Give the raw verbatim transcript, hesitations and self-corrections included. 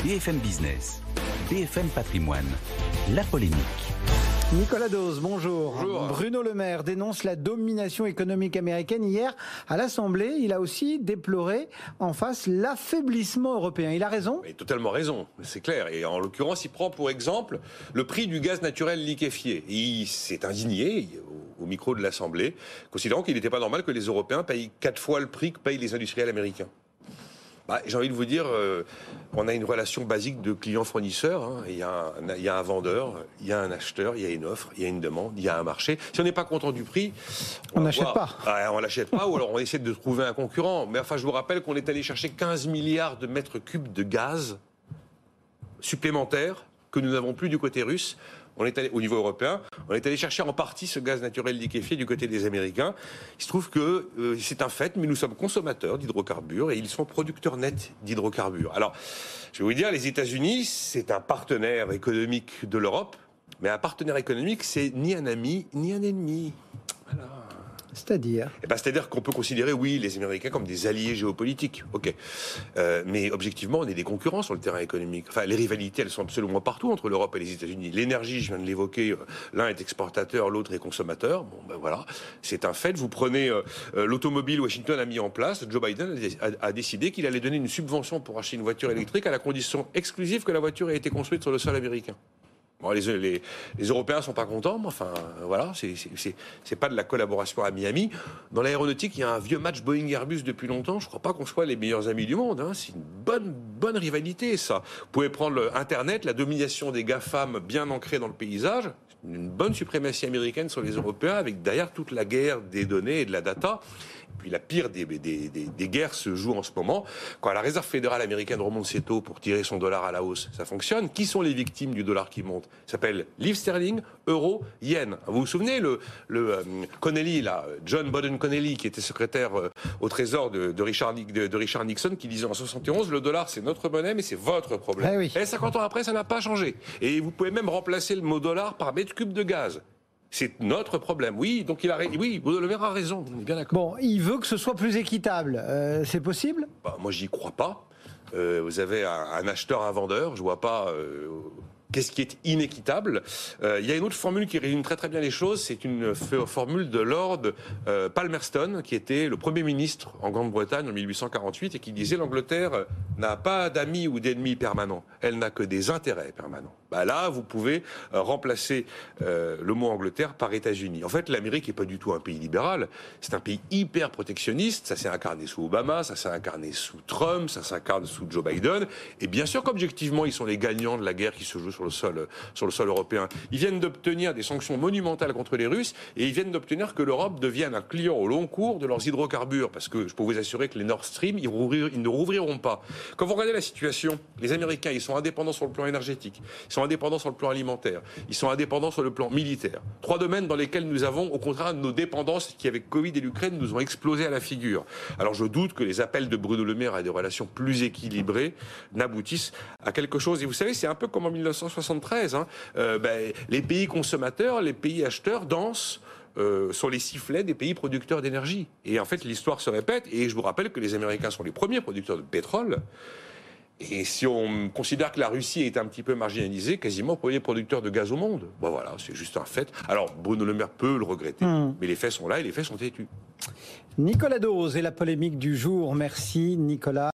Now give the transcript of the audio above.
B F M Business, B F M Patrimoine, la polémique. Nicolas Dose, bonjour. Bonjour. Bruno Le Maire dénonce la domination économique américaine. Hier, à l'Assemblée, il a aussi déploré en face l'affaiblissement européen. Il a raison ? Il a totalement raison, c'est clair. Et en l'occurrence, il prend pour exemple le prix du gaz naturel liquéfié. Il s'est indigné au, au micro de l'Assemblée, considérant qu'il n'était pas normal que les Européens payent quatre fois le prix que payent les industriels américains. Bah, j'ai envie de vous dire, euh, on a une relation basique de client-fournisseur. Hein. Il y a un, il y a un vendeur, il y a un acheteur, il y a une offre, il y a une demande, il y a un marché. Si on n'est pas content du prix, on n'achète pas. Ah, on l'achète pas, ou alors on essaie de trouver un concurrent. Mais enfin, je vous rappelle qu'on est allé chercher quinze milliards de mètres cubes de gaz supplémentaires que nous n'avons plus du côté russe. On est allé, au niveau européen, on est allé chercher en partie ce gaz naturel liquéfié du côté des Américains. Il se trouve que euh, c'est un fait, mais nous sommes consommateurs d'hydrocarbures et ils sont producteurs nets d'hydrocarbures. Alors, je vais vous dire, les États-Unis, c'est un partenaire économique de l'Europe, mais un partenaire économique, c'est ni un ami ni un ennemi. Voilà. C'est-à-dire eh ben, C'est-à-dire qu'on peut considérer, oui, les Américains comme des alliés géopolitiques. Ok. Euh, mais objectivement, on est des concurrents sur le terrain économique. Enfin, les rivalités, elles sont absolument partout entre l'Europe et les États-Unis. L'énergie, je viens de l'évoquer, l'un est exportateur, l'autre est consommateur. Bon, ben voilà, c'est un fait. Vous prenez euh, l'automobile, Washington a mis en place, Joe Biden a, a, a décidé qu'il allait donner une subvention pour acheter une voiture électrique à la condition exclusive que la voiture ait été construite sur le sol américain. Bon, les, les, les Européens sont pas contents, mais enfin, voilà, c'est, c'est, c'est, c'est pas de la collaboration à Miami. Dans l'aéronautique, il y a un vieux match Boeing-Airbus depuis longtemps. Je crois pas qu'on soit les meilleurs amis du monde. Hein. C'est une bonne, bonne rivalité, ça. Vous pouvez prendre le Internet, la domination des GAFAM bien ancrée dans le paysage. Une bonne suprématie américaine sur les Européens, avec derrière toute la guerre des données et de la data. Puis la pire des, des, des, des guerres se joue en ce moment. Quand la Réserve fédérale américaine remonte ses taux pour tirer son dollar à la hausse, ça fonctionne. Qui sont les victimes du dollar qui monte ? Ça s'appelle livre sterling, euro, yen. Vous vous souvenez, le, le euh, Connelly, là, John Bowdoin Connelly, qui était secrétaire euh, au Trésor de, de, Richard, de, de Richard Nixon, qui disait en soixante et onze, le dollar c'est notre monnaie, mais c'est votre problème. Ah oui. Et cinquante ans après, ça n'a pas changé. Et vous pouvez même remplacer le mot dollar par mètre cube de gaz. C'est notre problème. Oui, donc il a, oui, Bruno Le Maire a raison. On est bien d'accord. Bon, il veut que ce soit plus équitable. Euh, c'est possible ? Bah, moi, j'y crois pas. Euh, vous avez un, un acheteur, un vendeur. Je vois pas. Euh, Qu'est-ce qui est inéquitable ? euh, Il y a une autre formule qui résume très très bien les choses. C'est une f- formule de Lord euh, Palmerston, qui était le Premier ministre en Grande-Bretagne en mille huit cent quarante-huit et qui disait l'Angleterre n'a pas d'amis ou d'ennemis permanents. Elle n'a que des intérêts permanents. Bah là, vous pouvez euh, remplacer euh, le mot Angleterre par États-Unis. En fait, l'Amérique n'est pas du tout un pays libéral. C'est un pays hyper protectionniste. Ça s'est incarné sous Obama, ça s'est incarné sous Trump, ça s'incarne sous Joe Biden. Et bien sûr qu'objectivement, ils sont les gagnants de la guerre qui se joue sur le sol, sur le sol européen. Ils viennent d'obtenir des sanctions monumentales contre les Russes et ils viennent d'obtenir que l'Europe devienne un client au long cours de leurs hydrocarbures. Parce que je peux vous assurer que les Nord Stream, ils, rouvrir, ils ne rouvriront pas. Quand vous regardez la situation, les Américains, ils sont indépendants sur le plan énergétique, ils sont indépendants sur le plan alimentaire, ils sont indépendants sur le plan militaire. Trois domaines dans lesquels nous avons, au contraire, nos dépendances qui, avec Covid et l'Ukraine, nous ont explosé à la figure. Alors je doute que les appels de Bruno Le Maire à des relations plus équilibrées n'aboutissent à quelque chose. Et vous savez, c'est un peu comme en mille neuf cent soixante-treize. Hein. Euh, ben, les pays consommateurs, les pays acheteurs dansent Euh, sur les sifflets des pays producteurs d'énergie. Et en fait, l'histoire se répète. Et je vous rappelle que les Américains sont les premiers producteurs de pétrole. Et si on considère que la Russie est un petit peu marginalisée, quasiment premier producteur de gaz au monde. Bon voilà, c'est juste un fait. Alors, Bruno Le Maire peut le regretter. Mmh. Mais les faits sont là et les faits sont têtus. Nicolas Dose et la polémique du jour. Merci Nicolas.